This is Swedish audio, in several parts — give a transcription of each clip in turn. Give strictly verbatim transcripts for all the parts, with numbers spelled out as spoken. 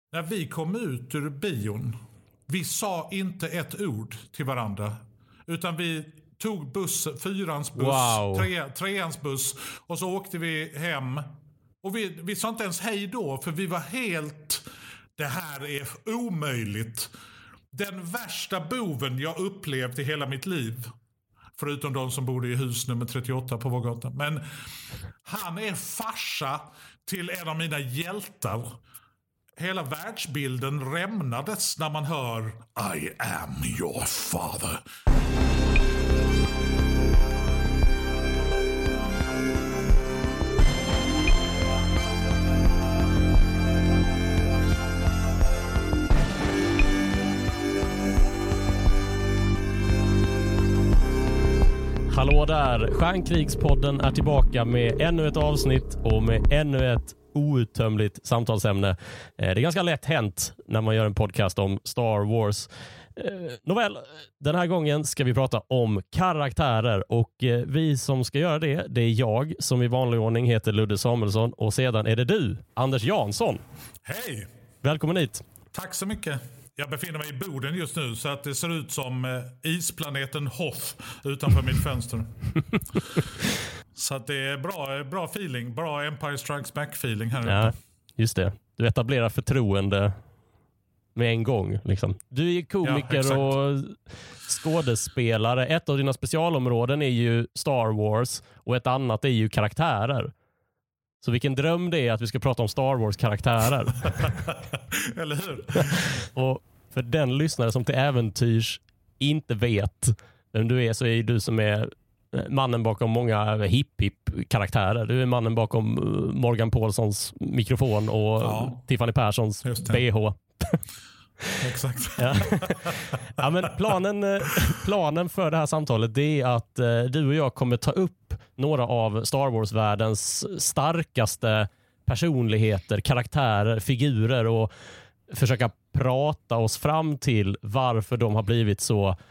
när vi kom ut ur bion, vi sa inte ett ord till varandra. Utan vi tog buss, fyrans buss, wow. tre, treans buss. Och så åkte vi hem. Och vi, vi sa inte ens hej då, för vi var helt... Det här är omöjligt. Den värsta boven jag upplevt i hela mitt liv. Förutom de som bodde i hus nummer trettioåtta på vår gata. Men han är farsa till en av mina hjältar. Hela världsbilden rämnades när man hör I am your father. Hallå där, Stjärnkrigspodden är tillbaka med ännu ett avsnitt och med ännu ett outtömligt samtalsämne. Det är ganska lätt hänt när man gör en podcast om Star Wars. Nåväl, den här gången ska vi prata om karaktärer och vi som ska göra det, det är jag som i vanlig ordning heter Ludde Samuelsson och sedan är det du, Anders Jansson. Hej! Välkommen hit. Tack så mycket. Jag befinner mig i Boden just nu så att det ser ut som eh, isplaneten Hoth utanför mitt fönster. Så att det är bra, bra feeling, bra Empire Strikes Back-feeling här. Ja, just det. Du etablerar förtroende med en gång. Liksom. Du är komiker ja, och skådespelare. Ett av dina specialområden är ju Star Wars och ett annat är ju karaktärer. Så vilken dröm det är att vi ska prata om Star Wars-karaktärer. Eller hur? Och för den lyssnare som till äventyrs inte vet vem du är så är du som är mannen bakom många hipp-hipp-karaktärer. Du är mannen bakom Morgan Paulssons mikrofon och ja. Tiffany Perssons B H. Exakt. Ja. Ja, men planen, planen för det här samtalet det är att eh, du och jag kommer ta upp några av Star Wars-världens starkaste personligheter, karaktärer, figurer och försöka prata oss fram till varför de har blivit så eh,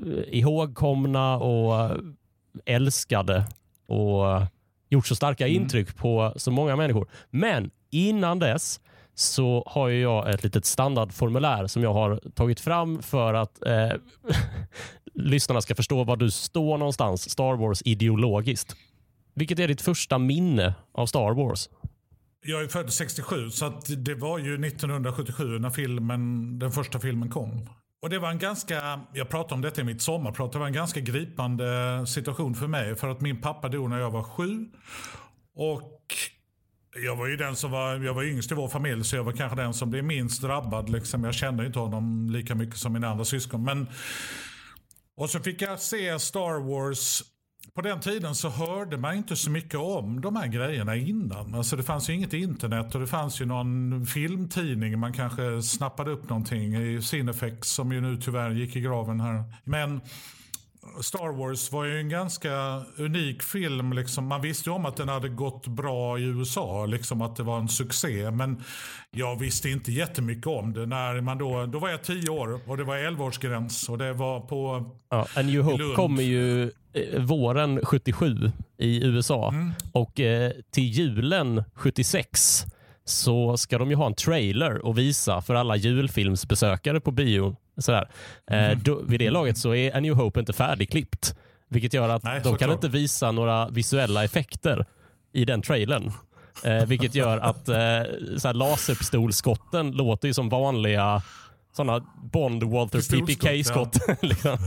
ihågkomna och älskade och gjort så starka mm. intryck på så många människor. Men innan dess så har ju jag ett litet standardformulär som jag har tagit fram för att eh, lyssnarna ska förstå var du står någonstans Star Wars ideologiskt. Vilket är ditt första minne av Star Wars? Jag är född sextiosju så att det var ju nittonhundrasjuttiosju när filmen, den första filmen kom. Och det var en ganska, jag pratade om detta i mitt sommarprat, det var en ganska gripande situation för mig för att min pappa dog när jag var sju och jag var ju den som var, jag var yngst i vår familj så jag var kanske den som blev minst drabbad. Liksom. Jag kände inte honom lika mycket som mina andra syskon. Men, och så fick jag se Star Wars. På den tiden så hörde man inte så mycket om de här grejerna innan. Alltså det fanns ju inget internet och det fanns ju någon filmtidning. Man kanske snappade upp någonting i Cinefex som ju nu tyvärr gick i graven här. Men Star Wars var ju en ganska unik film. Liksom. Man visste ju om att den hade gått bra i U S A. Liksom att det var en succé. Men jag visste inte jättemycket om det. När man då, då var jag tio år och det var elva-årsgräns. Och det var på ja, A New Hope kommer ju eh, våren sjuttiosju i U S A. Mm. Och eh, till julen sjuttiosex så ska de ju ha en trailer och visa för alla julfilmsbesökare på bio. Sådär. Mm. Eh, då, vid det laget så är A New Hope inte färdigklippt. Vilket gör att Nej, de kan klart. inte visa några visuella effekter i den trailern. Eh, vilket gör att eh, så här, laserpistolskotten låter ju som vanliga sådana Bond Walter P P K-skott. Ja. liksom.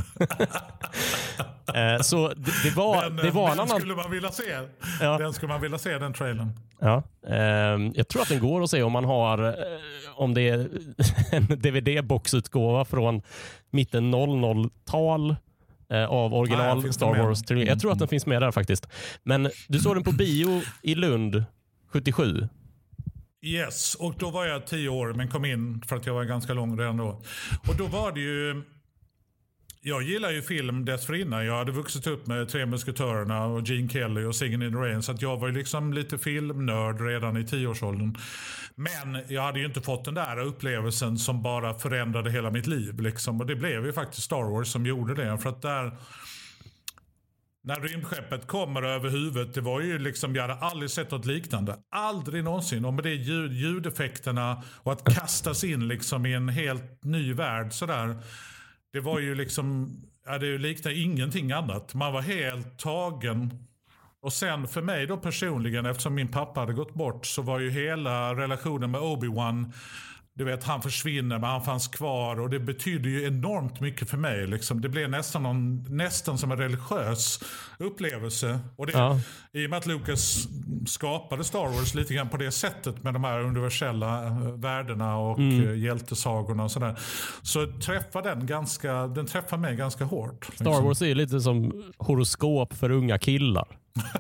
eh, så det, det var, men, det var en den annan... skulle man vilja se. Ja. Den skulle man vilja se, den trailern. Ja, eh, jag tror att den går att se om man har eh, om det är en D V D-boxutgåva från mitten noll noll-tal eh, av original ah, Star Wars. Mm. Jag tror att den finns med där faktiskt. Men du såg den på bio i Lund sjuttiosju. Yes, och då var jag tio år men kom in för att jag var ganska lång redan då. Och då var det ju... Jag gillar ju film dessförinnan. Jag hade vuxit upp med Tre musketörerna och Gene Kelly och Singin' in the Rain. Så att jag var ju liksom lite filmnörd redan i tioårsåldern. Men jag hade ju inte fått den där upplevelsen som bara förändrade hela mitt liv. Liksom. Och det blev ju faktiskt Star Wars som gjorde det. För att där... när rymdskeppet kommer över huvudet, det var ju liksom, jag hade aldrig sett något liknande. Aldrig någonsin. Och med det ljud, ljudeffekterna och att kastas in liksom i en helt ny värld sådär. Det var ju liksom, ja, det liknade ingenting annat. Man var helt tagen. Och sen för mig då personligen, eftersom min pappa hade gått bort, så var ju hela relationen med Obi-Wan, du vet, han försvinner men han fanns kvar, och det betyder ju enormt mycket för mig liksom. Det blev nästan, någon, nästan som en religiös upplevelse. Och det, ja. I och med att Lucas skapade Star Wars lite grann på det sättet med de här universella värdena och mm. hjältesagorna och sådär, så träffar den ganska, den träffar mig ganska hårt. Star liksom. Wars är ju lite som horoskop för unga killar.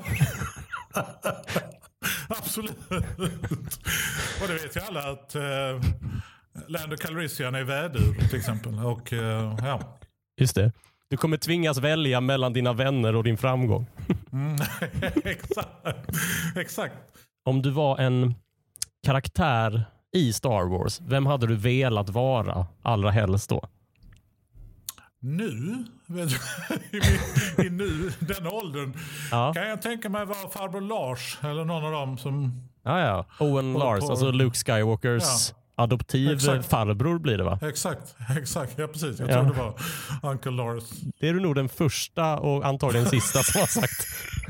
Absolut. Och det vet ju alla att uh, Lando Calrissian är vädur till exempel. Och, uh, ja. Just det. Du kommer tvingas välja mellan dina vänner och din framgång. Mm, exakt. Exakt. Om du var en karaktär i Star Wars, vem hade du velat vara allra helst då? Nu, vet du, i, i nu, den åldern, ja. Kan jag tänka mig vara farbror Lars eller någon av dem som... Ja, ja. Owen på, Lars, på, alltså Luke Skywalkers ja. adoptiv exakt. farbror blir det, va? Exakt, exakt. Ja, precis. Jag ja. tror det var Uncle Lars. Det är du nog den första och antagligen sista som har sagt.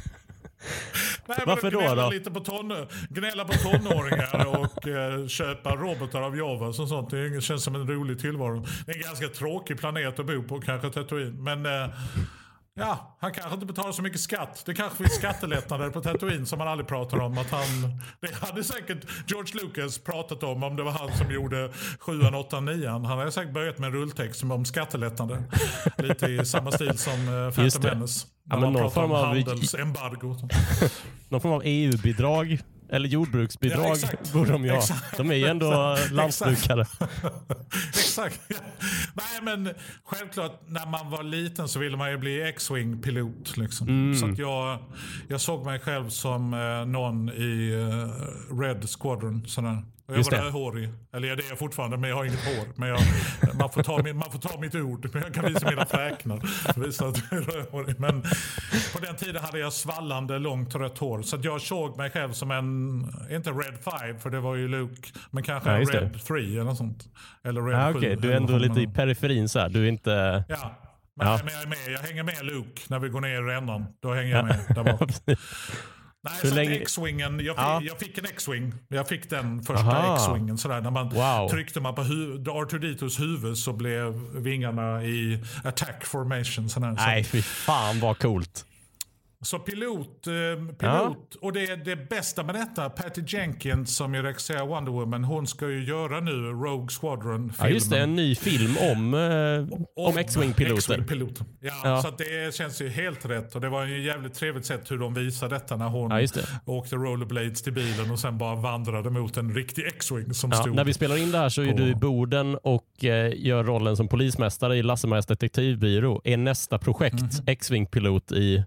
Nej, varför då? Gnälla, då? Lite på ton, gnälla på tonåringar och eh, köpa robotar av Java och sånt. Det känns som en rolig tillvaro. Det är en ganska tråkig planet att bo på, kanske Tatooine. Men eh, ja, han kanske inte betalar så mycket skatt. Det kanske finns skattelättnader på Tatooine som man aldrig pratar om. Att han, det hade säkert George Lucas pratat om om det var han som gjorde sjuan, åttan, nian. Han hade säkert börjat med en rulltext om skattelättnader. Lite i samma stil som uh, Phantom Menace. Ja, men någon form av handelsembargo. Någon form av E U-bidrag eller jordbruksbidrag ja, borde de ju ha. De är ju ändå lantbrukare. Exakt. Ja. Nej, men självklart när man var liten så ville man ju bli X-Wing-pilot. Liksom. Mm. Så att jag, jag såg mig själv som eh, någon i eh, Red Squadron. Sådär. Och jag var rödhårig. Eller det är jag fortfarande, men jag har inget hår. Men jag, man, får ta, man får ta mitt ord. Men jag kan visa mina fräknar. Visa att jag är rödhårig. Men på den tiden hade jag svallande långt rött hår. Så att jag såg mig själv som en, inte Red five, för det var ju Luke. Men kanske ja, Red det. three eller något sånt. Eller Red ah, sju. Okay. Du är ändå lite i periferin så här. Du är inte... Ja. Men, ja. men jag är med. Jag hänger med Luke när vi går ner i rännan. Då hänger jag med där bak. Nej, så länge... X-wingen, jag fick, ja. jag fick en X-wing. Jag fick den första Aha. X-wingen. Sådär. När man wow. tryckte man på hu- R two D twos huvud så blev vingarna i attack formation. Sådär. Nej, fy fan vad coolt. Så pilot, eh, pilot ja. och det är det bästa med detta. Patty Jenkins som ju regisserar Wonder Woman, hon ska ju göra nu Rogue Squadron-filmen. Ja, just det, en ny film om, eh, om, om X-Wing-piloter. X-Wing-piloter. Ja, ja, så att det känns ju helt rätt. Och det var ju jävligt trevligt sätt hur de visade detta när hon ja, åkte rollerblades till bilen och sen bara vandrade mot en riktig X-Wing som ja, stod. När vi spelar in det här så är på... du i Boden och eh, gör rollen som polismästare i Lasse-Majas detektivbyrå. Är nästa projekt mm. X-Wing-pilot i...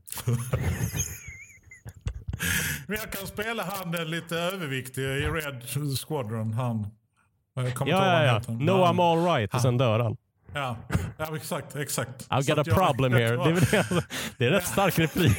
Men jag kan spela han den lite överviktig i Red Squadron. Han. Ja, ja, ja. No, I'm all right. Han. Och sen dör han. Ja, ja exakt, exakt. I've got a problem here. Det är, det, det är rätt stark replik.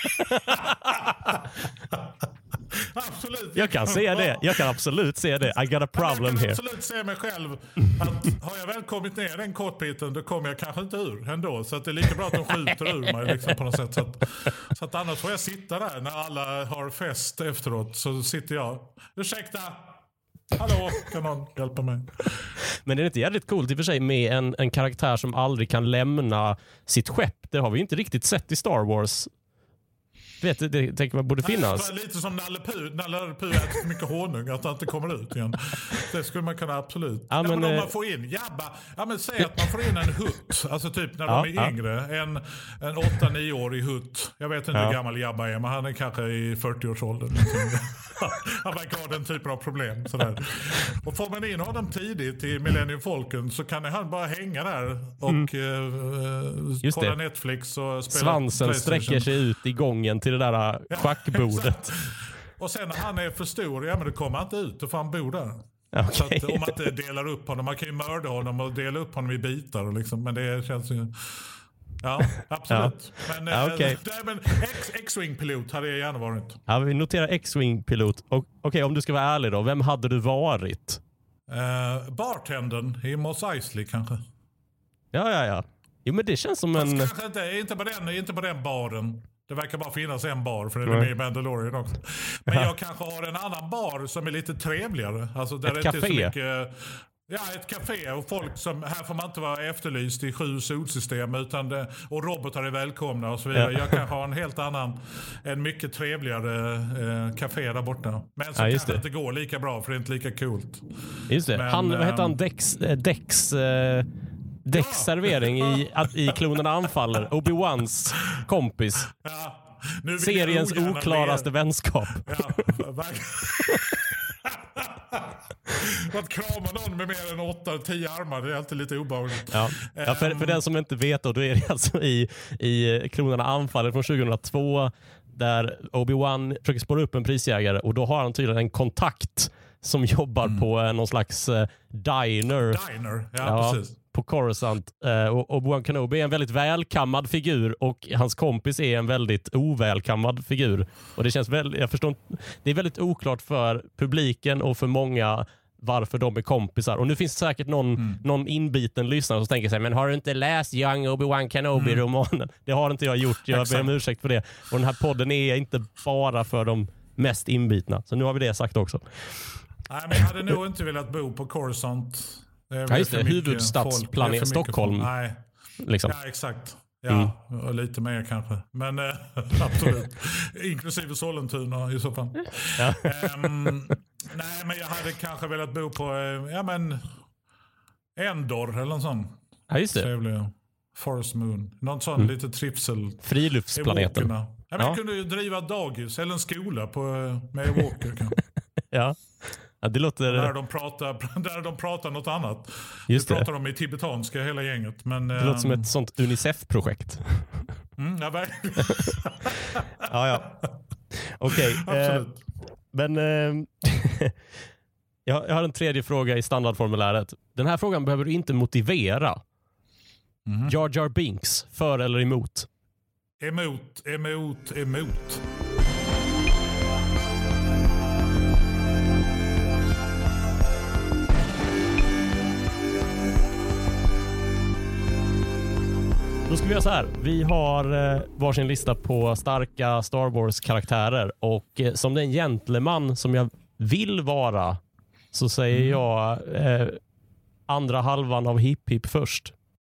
Absolut. Jag kan se det. Jag kan absolut se det. I got a problem here. Jag kan absolut se mig själv att har jag väl kommit ner den kortbiten då kommer jag kanske inte ur ändå. Så att det är lika bra att de skjuter ur mig liksom, på något sätt. Så att, så att annars får jag sitta där när alla har fest efteråt. Så sitter jag. Ursäkta. Hallå, kan någon hjälpa mig? Men det är inte jävligt coolt i och för sig med en, en karaktär som aldrig kan lämna sitt skepp. Det har vi inte riktigt sett i Star Wars. Vet du, det tänker man borde finnas. Nej, lite som Nalle Puh. Nalle Puh äter så mycket honung att han inte kommer ut igen. Det skulle man kunna absolut. Ja, men, ja, men om man får in Jabba. Ja, men säg att man får in en hutt. Alltså typ när ja, de är ja. yngre. En, en åtta nio årig hutt. Jag vet inte ja. hur gammal Jabba är, men han är kanske i fyrtio-årsåldern. Han verkar ha den typen av problem. Sådär. Och får man in honom tidigt i Millennium Falcon så kan han bara hänga där och mm. uh, kolla det. Netflix och spela Svansen sträcker sig ut i gången till det där schackbordet. Och sen när han är för stor, ja men det kommer inte ut, då får han bo där. Okay. Så att, om man inte delar upp honom, man kan ju mörda honom och dela upp honom i bitar. Liksom, men det känns ju... Ja, absolut. Ja. Men, ja, eh, okay. nej, men X- X-Wing-pilot hade jag gärna varit. Ja, vi noterar X-Wing-pilot. Okej, okay, om du ska vara ärlig då. Vem hade du varit? Uh, bartendern i Mos Eisley kanske. Ja, ja, ja. Jo, men det känns som Fast en... kanske inte, inte, på den, inte på den baren. Det verkar bara finnas en bar för det är Mm. med i Mandalorian också. Men jag kanske har en annan bar som är lite trevligare. Alltså där Ett det café? inte är så mycket, ja, ett café och folk som, här får man inte vara efterlyst i sju solsystem utan det, och robotar är välkomna och så vidare. Ja. Jag kanske har en helt annan, en mycket trevligare eh, café där borta. Men så Ja, kanske det inte går lika bra för det är inte lika coolt. Just det. Men, han, vad heter han? ähm, Dex... Eh, Dex... Eh, Dex servering i, att, i Klonerna anfaller. Obi-Wans kompis. Ja, nu vill Seriens jag ogärna oklaraste le- vänskap. Ja, verkligen. Att krama någon med mer än åtta, tio armar, det är alltid lite obehagligt. Ja. Ja, för, för den som inte vet då, då är det alltså i, i Klonerna anfaller från tjugohundratvå där Obi-Wan försöker spåra upp en prisjägare och då har han tydligen en kontakt som jobbar mm. på eh, någon slags eh, diner. Diner, ja, ja precis. På Coruscant. Eh, och Obi-Wan Kenobi är en väldigt välkammad figur och hans kompis är en väldigt ovälkammad figur. Och det känns väl, jag förstår, det är väldigt oklart för publiken och för många varför de är kompisar. Och nu finns det säkert någon, mm. någon inbiten lyssnare som tänker sig, men har du inte läst Young Obi-Wan Kenobi-romanen? Mm. Det har inte jag gjort, jag ber om ursäkt för det. Och den här podden är inte bara för de mest inbitna. Så nu har vi det sagt också. Nej, men jag hade nog inte velat bo på Coruscant. Ja, just det. Huvudstadsplanet Stockholm. Nej, liksom. Ja, exakt. Ja, mm. och lite mer kanske. Men äh, absolut. Inklusive Sollentuna i så fall. Ja. Um, nej, men jag hade kanske velat bo på ja, men Endor eller någon sån. Ja, just det. Trevlig Forest Moon. Någon sån mm. lite trivsel. Friluftsplaneten. Ja, men ja. Jag kunde ju driva dagis eller en skola på, med Walker kanske. Ja. Ja, det låter... Där de pratar, där de pratar något annat. Just det. det. pratar de i tibetanska hela gänget. Men, det um... låter som ett sånt UNICEF-projekt. Mm, ja, verkligen. ja, ja. Okej. Okay, eh, men eh, jag, jag har en tredje fråga i standardformuläret. Den här frågan behöver du inte motivera. Mm. Jar Jar Binks, för eller emot? Emot, emot, emot. Då ska vi göra så här. Vi har eh, varsin lista på starka Star Wars-karaktärer och eh, som den gentleman som jag vill vara så säger mm. jag eh, andra halvan av Hip Hip först.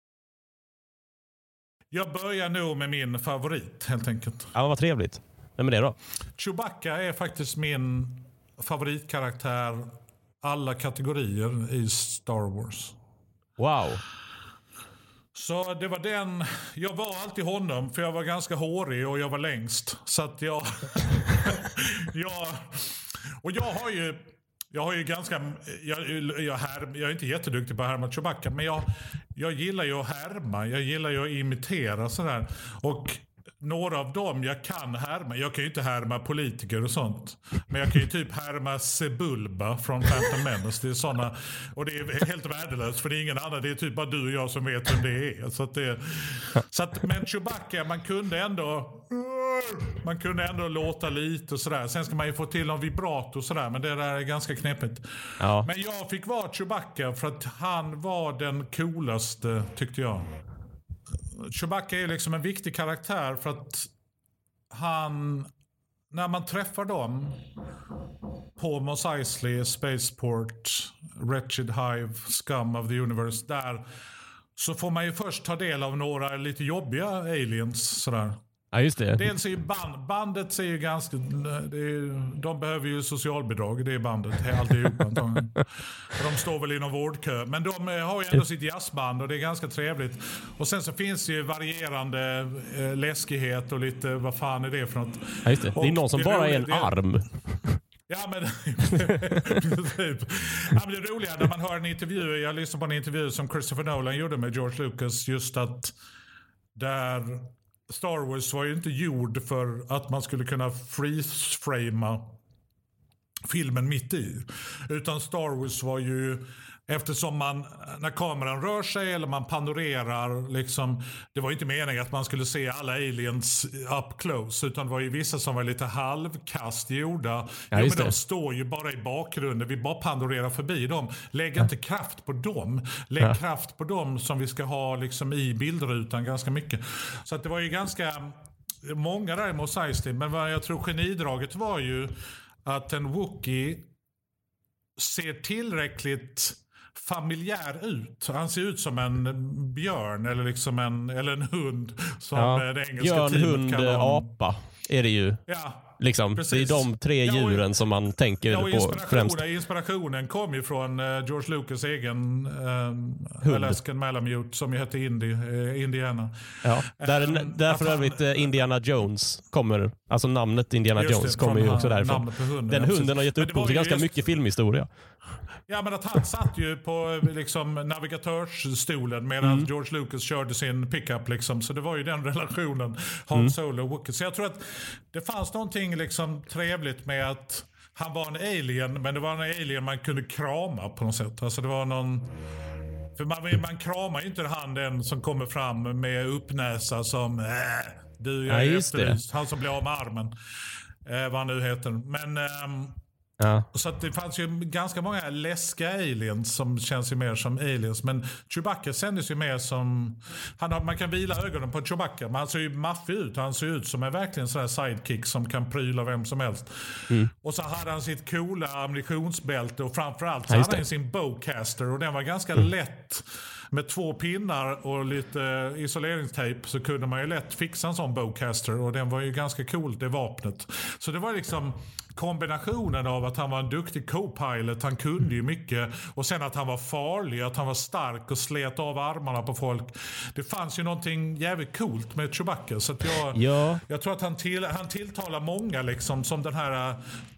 Jag börjar nog med min favorit helt enkelt. Ja, vad trevligt. Vem är det då? Chewbacca är faktiskt min favoritkaraktär alla kategorier i Star Wars. Wow. Så det var den, jag var alltid honom för jag var ganska hårig och jag var längst. Så att jag, jag och jag har ju, jag har ju ganska, jag, jag, här, jag är inte jätteduktig på att härma Chewbacca men jag, jag gillar ju att härma, jag gillar ju att imitera sådär. Och några av dem jag kan härma, jag kan ju inte härma politiker och sånt. Men jag kan ju typ härma Sebulba från Phantom Menace. Det är såna, och det är helt värdelöst för det är ingen annan. Det är typ bara du och jag som vet vem det är. Så att det, så att, men Chewbacca, man kunde ändå man kunde ändå låta lite och sådär. Sen ska man ju få till någon vibrato och sådär. Men det där är ganska knepigt. Ja. Men jag fick vara Chewbacca för att han var den coolaste tyckte jag. Chewbacca är liksom en viktig karaktär för att han, när man träffar dem på Mos Eisley, Spaceport, Wretched Hive, Scum of the Universe, där så får man ju först ta del av några lite jobbiga aliens sådär. Ja, just det. Dels är ju band, bandet är ju ganska, det är, de behöver ju socialbidrag, det är bandet, alltihop antagligen. De står väl i någon vårdkö, men de har ju ändå sitt jazzband och det är ganska trevligt. Och sen så finns det ju varierande eh, läskighet och lite, vad fan är det för något? Ja, just det. Det är någon som bara är en arm. Ja men, typ. Ja, men det är roliga när man hör en intervju, jag lyssnade på en intervju som Christopher Nolan gjorde med George Lucas, just att där Star Wars var ju inte gjord för att man skulle kunna freeze-frama filmen mitt i. Utan Star Wars var ju Eftersom man, när kameran rör sig eller man panorerar, liksom, det var inte meningen att man skulle se alla aliens up close, utan det var ju vissa som var lite halvkast gjorda. Ja, jo, men de står ju bara i bakgrunden, vi bara panorerar förbi dem. Lägg ja. inte kraft på dem. Lägg ja. kraft på dem som vi ska ha liksom i bildrutan ganska mycket. Så att det var ju ganska många där i Mos Eisley, men vad jag tror genidraget var ju att en Wookiee ser tillräckligt familjär ut. Han ser ut som en björn eller liksom en, eller en hund som ja. det engelska björn, teamet hund, kallar apa är det ju. Ja, liksom. Det är de tre djuren ja, och, som man tänker ja, på inspirationen, främst. Inspirationen kom ju från uh, George Lucas egen uh, Alaskan Malamute som ju hette Indy, uh, Indiana. Ja, där, um, där för övrigt uh, Indiana Jones kommer, alltså namnet Indiana Jones det, kommer ju också därifrån. Hunden, Den ja, hunden har gett upphov till ganska just... mycket filmhistoria. Ja, men att han satt ju på liksom, navigatörsstolen medan mm. George Lucas körde sin pickup. Liksom. Så det var ju den relationen, Han mm. Solo och Wookiee. Så jag tror att det fanns någonting liksom trevligt med att han var en alien, men det var en alien man kunde krama på något sätt. Alltså det var någon... För man, man kramar ju inte han den som kommer fram med uppnäsa som... Äh, du, jag är ja, efterlyst. Han som blir av med armen. Äh, vad han nu heter. Men... Ähm, Ja. Så att det fanns ju ganska många läskiga aliens som känns ju mer som aliens. Men Chewbacca kändes ju mer som... Han har, man kan vila ögonen på Chewbacca, men han ser ju maffig ut. Han ser ut som en verkligen sån här sidekick som kan pryla vem som helst. Mm. Och så hade han sitt coola ammunitionsbälte och framförallt så ja, hade han sin bowcaster och den var ganska mm. lätt. Med två pinnar och lite isoleringstejp så kunde man ju lätt fixa en sån bowcaster och den var ju ganska cool, det vapnet. Så det var liksom kombinationen av att han var en duktig co-pilot, han kunde ju mycket, och sen att han var farlig, att han var stark och slet av armarna på folk. Det fanns ju någonting jävligt coolt med Chewbacca, så att jag, ja. jag tror att han, till, han tilltalar många liksom som den här uh,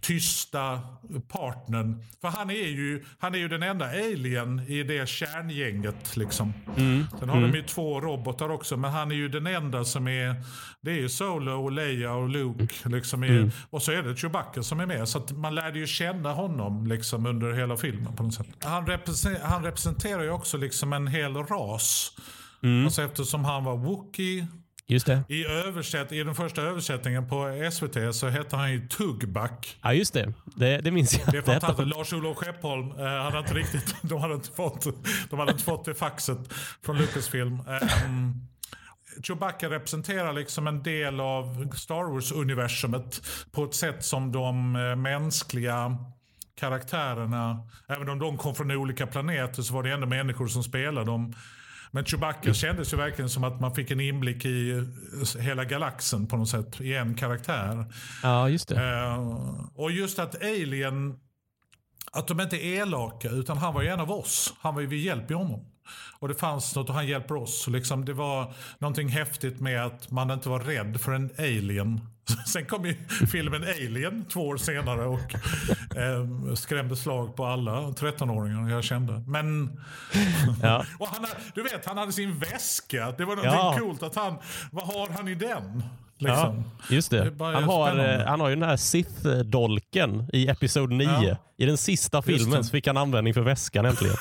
tysta partnern. För han är ju, han är ju den enda alien i det kärngänget liksom. Mm. Sen har mm. de ju två robotar också, men han är ju den enda som är, det är ju Solo och Leia och Luke liksom är, mm. och så är det Chewbacca som är med, så att man lärde ju känna honom liksom under hela filmen på något sätt. Han, representer, han representerar ju också liksom en hel ras. Mm. Alltså eftersom han var Wookiee. Just det. I, översätt, I den första översättningen på S V T så hette han ju Tugback. Ja, just det. Det, det minns jag. Det är fantastiskt. Lars-Olof Skeppholm eh, hade inte riktigt, de hade inte fått, de hade inte fått det faxet från Lucasfilm. Um, Chewbacca representerar liksom en del av Star Wars-universumet på ett sätt som de eh, mänskliga karaktärerna, även om de kom från olika planeter så var det ändå människor som spelade dem. Men Chewbacca mm. kändes ju verkligen som att man fick en inblick i hela galaxen på något sätt, i en karaktär. Ja, just det. Eh, och just att Alien, att de inte är elaka, utan han var ju en av oss. Han var ju, vi hjälper honom. Och det fanns något och han hjälper oss. Liksom, det var någonting häftigt med att man inte var rädd för en alien. Sen kom ju filmen Alien två år senare och eh, skrämde slag på alla trettonåringar jag kände. Men ja. och han, du vet, han hade sin väska. Det var någonting ja. coolt att han, vad har han i den? Liksom. Ja, just det. det han, har, han har ju den här Sith-dolken i episod nio. Ja. I den sista filmen så fick han användning för väskan äntligen.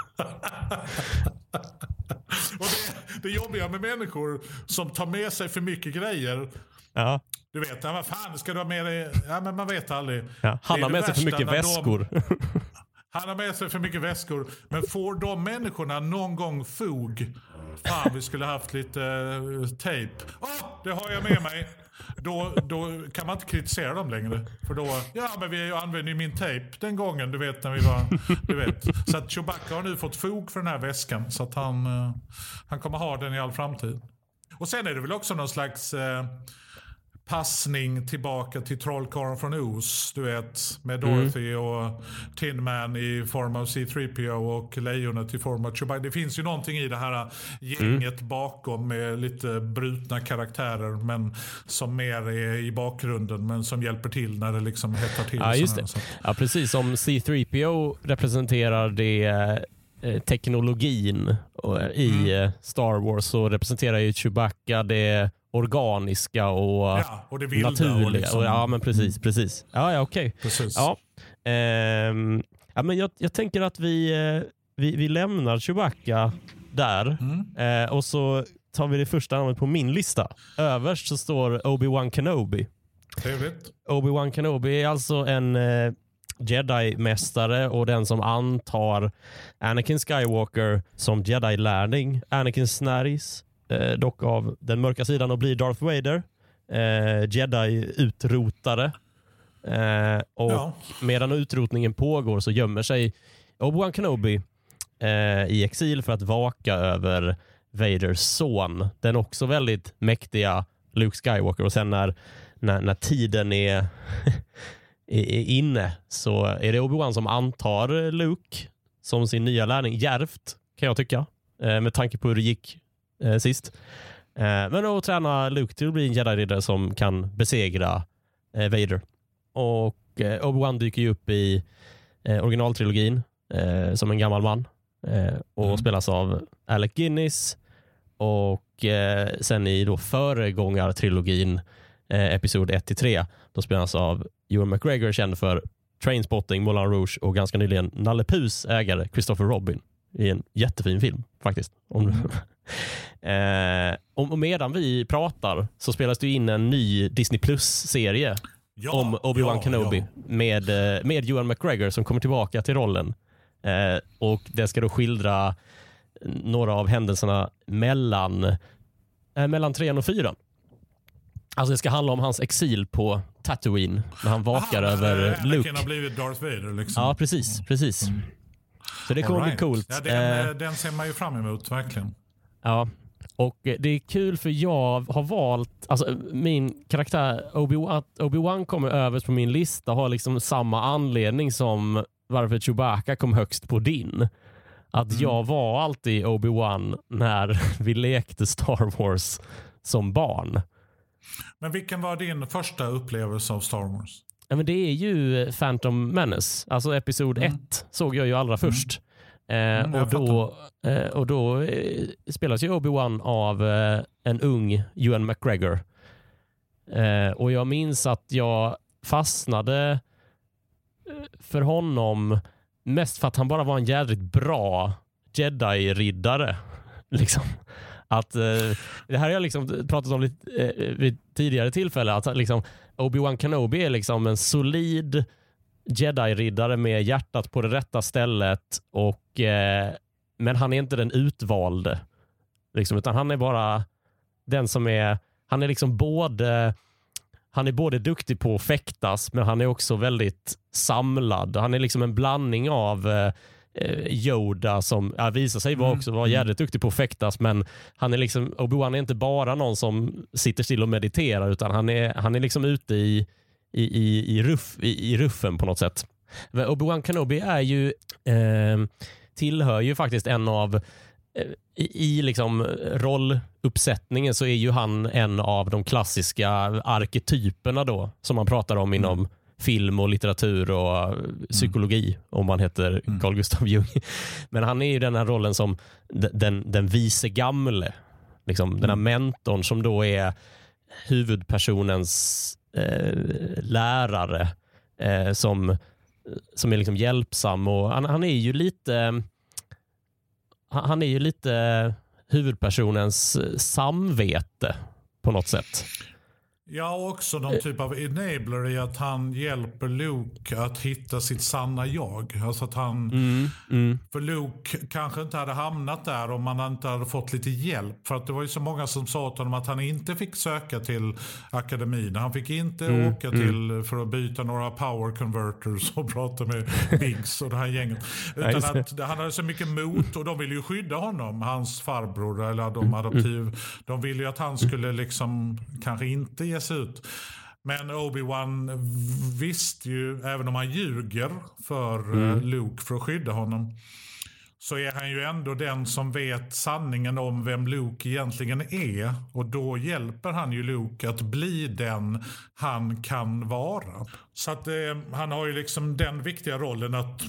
Och det, det jobbiga med människor som tar med sig för mycket grejer. Ja. Du vet, ja, vad fan ska du ha med dig? Ja, men man vet aldrig. Ja, han har med sig för mycket väskor. De, han har med sig för mycket väskor. Men får de människorna någon gång fog? Fan, vi skulle haft lite uh, tejp. Åh, oh, det har jag med mig. Då, då kan man inte kritisera dem längre. För då, ja men vi använde ju min tejp den gången, du vet när vi var, du vet. Så att Chewbacca har nu fått fog för den här väskan. Så att han, uh, han kommer ha den i all framtid. Och sen är det väl också någon slags... Uh, passning tillbaka till trollkarlen från Oz, du vet, med Dorothy mm. och Tin Man i form av C tre P O och lejonet i form av Chewbacca. Det finns ju någonting i det här gänget mm. bakom med lite brutna karaktärer men som mer är i bakgrunden men som hjälper till när det liksom hettar till. Ja, just det. Ja, precis som C tre P O representerar det eh, teknologin och, i mm. Star Wars, så representerar ju Chewbacca det organiska och, ja, och det vilda naturliga. Och liksom... och, ja, men precis, precis. Ja, ja okej. Okay. Ja, ehm, ja, men jag, jag tänker att vi, vi, vi lämnar Chewbacca där mm. eh, och så tar vi det första namnet på min lista. Överst så står Obi-Wan Kenobi. Trevligt. Obi-Wan Kenobi är alltså en eh, Jedi-mästare och den som antar Anakin Skywalker som Jedi-lärling. Anakin snärjs eh, dock av den mörka sidan och blir Darth Vader. Eh, Jedi-utrotare. Eh, och ja. Medan utrotningen pågår så gömmer sig Obi-Wan Kenobi eh, i exil för att vaka över Vaders son. Den också väldigt mäktiga Luke Skywalker. Och sen när, när, när tiden är, är inne så är det Obi-Wan som antar Luke som sin nya lärling. Djärvt kan jag tycka. Eh, med tanke på hur det gick eh, sist. Eh, men då tränar Luke till att bli en Jedi-riddare som kan besegra eh, Vader. Och eh, Obi-Wan dyker ju upp i eh, originaltrilogin eh, som en gammal man. Eh, och mm. spelas av Alec Guinness. Och eh, sen i då föregångartrilogin eh, episod ett till tre då spelas av Ewan McGregor, känd för Trainspotting, Moulin Rouge och ganska nyligen Nalle Puhs ägare Christopher Robin i en jättefin film faktiskt. Om mm. eh, och medan vi pratar så spelas det in en ny Disney Plus-serie ja, om Obi-Wan ja, Kenobi ja. med, med Ewan McGregor som kommer tillbaka till rollen. Eh, och det ska då skildra några av händelserna mellan eh, mellan trean och fyran. Alltså det ska handla om hans exil på Tatooine när han vakar Aha, över äh, Luke. Han har blivit Darth Vader liksom. Ja, precis, precis. Mm. Så det kommer right. bli coolt. Ja, den, eh, den ser man ju fram emot verkligen. Ja. Och det är kul för jag har valt, alltså min karaktär Obi-Wan, Obi-Wan kommer överst på min lista, har liksom samma anledning som varför Chewbacca kom högst på din. Att mm. jag var alltid Obi-Wan när vi lekte Star Wars som barn. Men vilken var din första upplevelse av Star Wars? Ja, men det är ju Phantom Menace. Alltså episod mm. ett såg jag ju allra först. Mm. Eh, och, då, eh, och då eh, spelas ju Obi-Wan av eh, en ung Ewan McGregor. Eh, och jag minns att jag fastnade för honom mest för att han bara var en jävligt bra Jedi-riddare. Liksom. Att, eh, det här har jag liksom pratat om lite, eh, vid tidigare tillfälle. Att liksom, Obi-Wan Kenobi är liksom en solid Jedi-riddare med hjärtat på det rätta stället. Och, eh, men han är inte den utvalde. Liksom, utan han är bara den som är... Han är liksom både... Han är både duktig på att fäktas, men han är också väldigt samlad. Han är liksom en blandning av eh, Yoda som ja, visar sig vara också vara jävligt duktig på att fäktas, men han är liksom, Obi-Wan är inte bara någon som sitter still och mediterar, utan han är, han är liksom ute i, i, i, i, ruff, i, i ruffen på något sätt. Obi-Wan Kenobi är ju eh, tillhör ju faktiskt en av I, i liksom rolluppsättningen så är ju han en av de klassiska arketyperna då som man pratar om inom mm. film och litteratur och psykologi mm. om man heter mm. Carl Gustav Jung. Men han är ju den här rollen som den, den vise gamle. Liksom, mm. den här mentorn som då är huvudpersonens eh, lärare eh, som, som är liksom hjälpsam. Och han, han är ju lite... Han är ju lite huvudpersonens samvete på något sätt. Ja, också någon typ av enabler i att han hjälper Luke att hitta sitt sanna jag. Alltså att han, mm, mm. för Luke kanske inte hade hamnat där om man inte hade fått lite hjälp. För att det var ju så många som sa till honom att han inte fick söka till akademin. Han fick inte mm, åka mm. till för att byta några power converters och prata med Biggs och det här gänget. Utan att han hade så mycket mot och de ville ju skydda honom, hans farbror eller de adoptiv. De ville ju att han skulle liksom kanske inte ge ut. Men Obi-Wan visste ju, även om han ljuger för mm. Luke för att skydda honom, så är han ju ändå den som vet sanningen om vem Luke egentligen är. Och då hjälper han ju Luke att bli den han kan vara. Så att eh, han har ju liksom den viktiga rollen att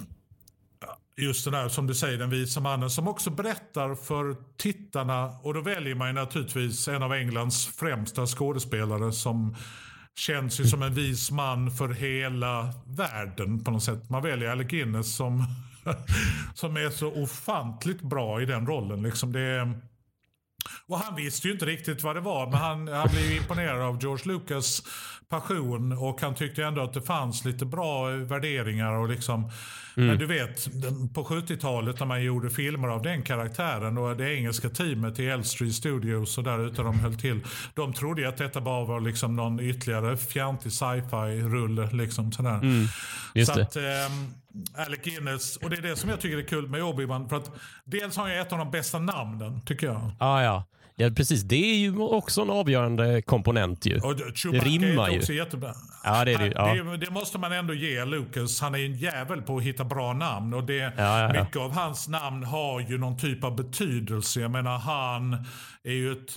just den här, som du säger, den visa mannen som också berättar för tittarna, och då väljer man ju naturligtvis en av Englands främsta skådespelare som känns ju som en vis man för hela världen på något sätt. Man väljer Alec Guinness som som är så ofantligt bra i den rollen. Liksom det är... Och han visste ju inte riktigt vad det var, men han, han blev ju imponerad av George Lucas passion, och han tyckte ändå att det fanns lite bra värderingar och liksom, mm. men du vet, på sjuttiotalet när man gjorde filmer av den karaktären, och det engelska teamet i Elstree Studios och där ute de höll till, de trodde ju att detta bara var liksom någon ytterligare fjantig sci-fi-rulle liksom sådär. Mm. Just så det. att ähm, Alec Guinness, och det är det som jag tycker är kul med Obi-Wan, för att dels har jag ett av de bästa namnen, tycker jag. Ah, ja. Ja, precis. Det är ju också en avgörande komponent ju. Och det rimmar ju. Också jättebra. Ja, det, är det, ja. det, det måste man ändå ge Lucas. Han är en jävel på att hitta bra namn. Och det, ja, ja, ja. mycket av hans namn har ju någon typ av betydelse. Jag menar, han är ju ett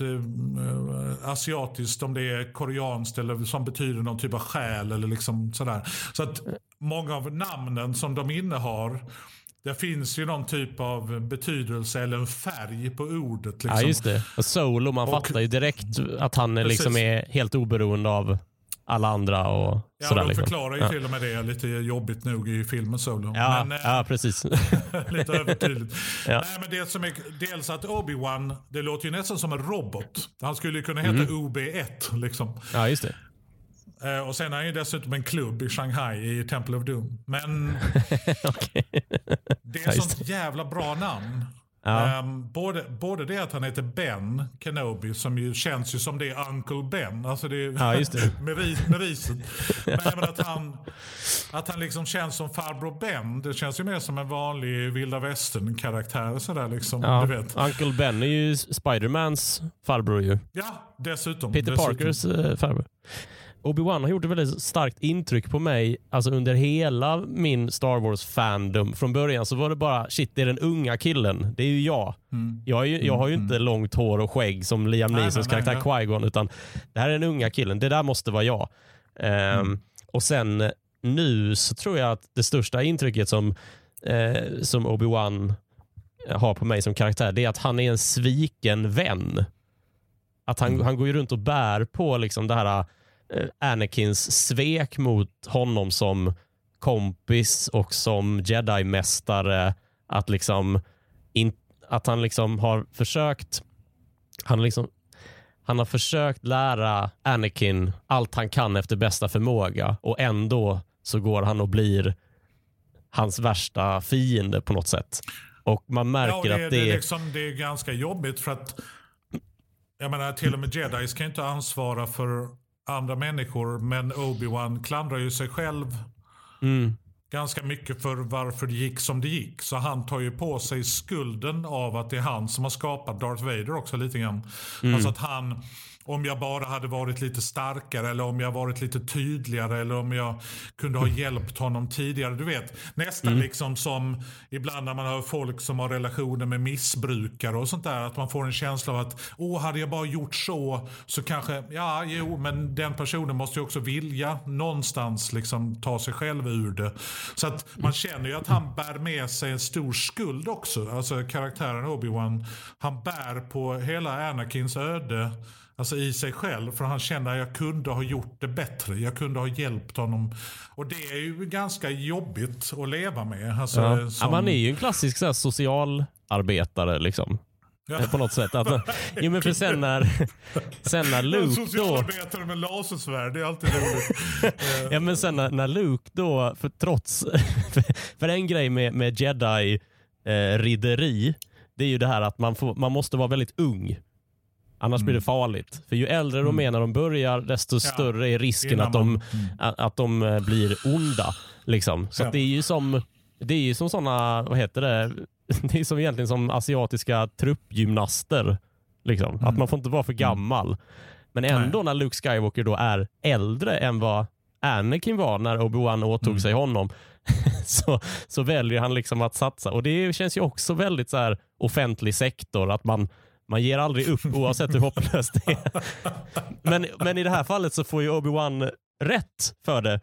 äh, asiatiskt, om det är koreanskt eller som betyder någon typ av själ eller liksom sådär. Så att många av namnen som de innehar, det finns ju någon typ av betydelse eller en färg på ordet. Liksom. Ja, just det. Och Solo, man och, fattar ju direkt att han är, liksom är helt oberoende av alla andra. Och ja, sådär, de liksom. förklarar ju ja. till och med det lite jobbigt nog i filmen Solo. Ja, men, ja precis. lite övertydligt. ja. Nej, men det som är, dels att Obi-Wan, det låter ju nästan som en robot. Han skulle ju kunna heta mm. O B ett. Liksom. Ja, just det. Uh, och sen är han ju dessutom en klubb i Shanghai i Temple of Doom. Men okay. det är ett sånt jävla bra namn. Ja. Um, både, både det att han heter Ben Kenobi, som ju känns ju som det är Uncle Ben. Alltså det är ja, just det. med, ris, med riset. Men även att han, att han liksom känns som farbror Ben. Det känns ju mer som en vanlig vilda västern-karaktär. Sådär liksom, ja. du vet. Uncle Ben är ju Spider-Mans farbror ju. Ja, dessutom. Peter dessutom. Parkers uh, farbror. Obi-Wan har gjort ett väldigt starkt intryck på mig, alltså under hela min Star Wars-fandom. Från början så var det bara, shit, det är den unga killen. Det är ju jag. Mm. Jag, är ju, jag har ju mm. inte långt hår och skägg som Liam Neesons karaktär nej, Qui-Gon, utan det här är den unga killen. Det där måste vara jag. Um, mm. Och sen nu så tror jag att det största intrycket som, eh, som Obi-Wan har på mig som karaktär, det är att han är en sviken vän. Att han, mm. han går ju runt och bär på liksom det här Anakins svek mot honom som kompis och som Jedi-mästare, att liksom in, att han liksom har försökt han liksom han har försökt lära Anakin allt han kan efter bästa förmåga, och ändå så går han och blir hans värsta fiende på något sätt. Och man märker ja, det, att det, det är liksom, det är ganska jobbigt, för att jag menar, till och med Jedis kan inte ansvara för andra människor, men Obi-Wan klandrar ju sig själv mm. ganska mycket för varför det gick som det gick. Så han tar ju på sig skulden av att det är han som har skapat Darth Vader också lite grann. Mm. Alltså att han, om jag bara hade varit lite starkare, eller om jag varit lite tydligare, eller om jag kunde ha hjälpt honom tidigare. Du vet, nästan mm. liksom som ibland när man har folk som har relationer med missbrukare och sånt där, att man får en känsla av att åh, hade jag bara gjort så så kanske, ja, jo, men den personen måste ju också vilja någonstans liksom ta sig själv ur det. Så att man känner ju att han bär med sig en stor skuld också. Alltså karaktären Obi-Wan, han bär på hela Anakins öde, alltså i sig själv, för han känner att jag kunde ha gjort det bättre. Jag kunde ha hjälpt honom. Och det är ju ganska jobbigt att leva med. Alltså, ja. som... ja, man är ju en klassisk så här, socialarbetare liksom. Ja. På något sätt. Alltså, jo, men för sen när, sen när Luke då... Socialarbetare med lasersvärd, det är alltid roligt. ja, men sen när, när Luke då, för trots... för en grej med, med Jedi-ridderi, eh, det är ju det här att man, får, man måste vara väldigt ung. Annars mm. blir det farligt. För ju äldre de är när de börjar, desto ja. större är risken att de, man, mm. att, att de blir onda. Liksom. Så ja. att det är ju som det är ju som såna, vad heter det? Det är som egentligen som asiatiska truppgymnaster. Liksom. Mm. Att man får inte vara för gammal. Men ändå Nej. när Luke Skywalker då är äldre än vad Anakin var när Obi-Wan åtog mm. sig honom, så, så väljer han liksom att satsa. Och det känns ju också väldigt så här offentlig sektor, att man Man ger aldrig upp oavsett hur hopplöst det är. Men, men i det här fallet så får ju Obi-Wan rätt för det.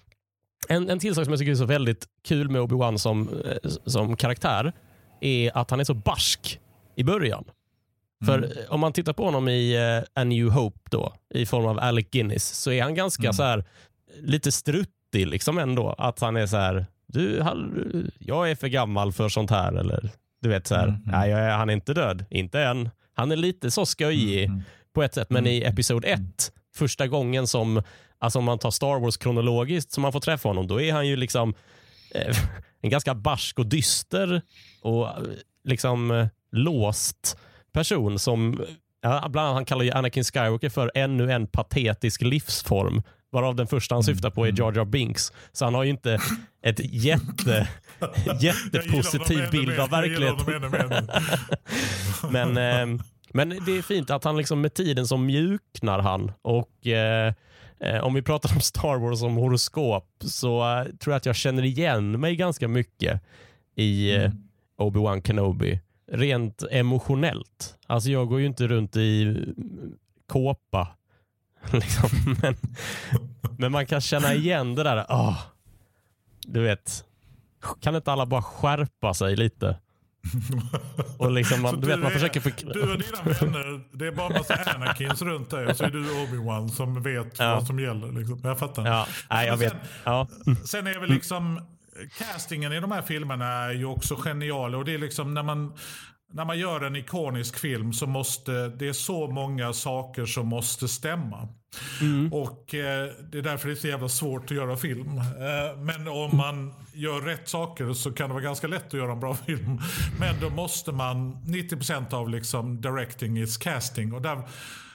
En, en till sak som jag tycker är så väldigt kul med Obi-Wan som, som karaktär är att han är så barsk i början. Mm. För om man tittar på honom i uh, A New Hope då, i form av Alec Guinness, så är han ganska mm. så här lite struttig liksom ändå. Att han är så här, du, han, jag är för gammal för sånt här, eller du vet så här, mm, nej, jag är, han är inte död, inte än. Han är lite så skojig mm, på ett sätt, men mm, i episod ett, första gången som, alltså om man tar Star Wars kronologiskt, som man får träffa honom, då är han ju liksom eh, en ganska barsk och dyster och liksom eh, låst person som, ja, bland annat han kallar ju Anakin Skywalker för ännu en patetisk livsform, varav den första han syftar på är Jar Jar Binks. Så han har ju inte ett jätte jättepositiv bild av verkligheten. men, eh, men det är fint att han liksom med tiden som mjuknar han. Och eh, eh, om vi pratar om Star Wars som horoskop, så eh, tror jag att jag känner igen mig ganska mycket i eh, Obi-Wan Kenobi. Rent emotionellt. Alltså jag går ju inte runt i kåpa. liksom. men, men man kan känna igen det där. Oh, du vet, kan inte alla bara skärpa sig lite? Och liksom man, du, du vet, man är, försöker för... du och dina vänner, det är bara massa Anakins runt dig, och så är du Obi-Wan som vet ja. vad som gäller liksom. Jag fattar. Ja, nej, jag vet. Sen, ja. sen är väl liksom castingen i de här filmerna är ju också genial, och det är liksom när man när man gör en ikonisk film så måste det är så många saker som måste stämma. Mm. Och eh, det är därför det är så jävla svårt att göra film. Eh, men om man gör rätt saker så kan det vara ganska lätt att göra en bra film. Men då måste man, nittio procent av liksom directing is casting. Och där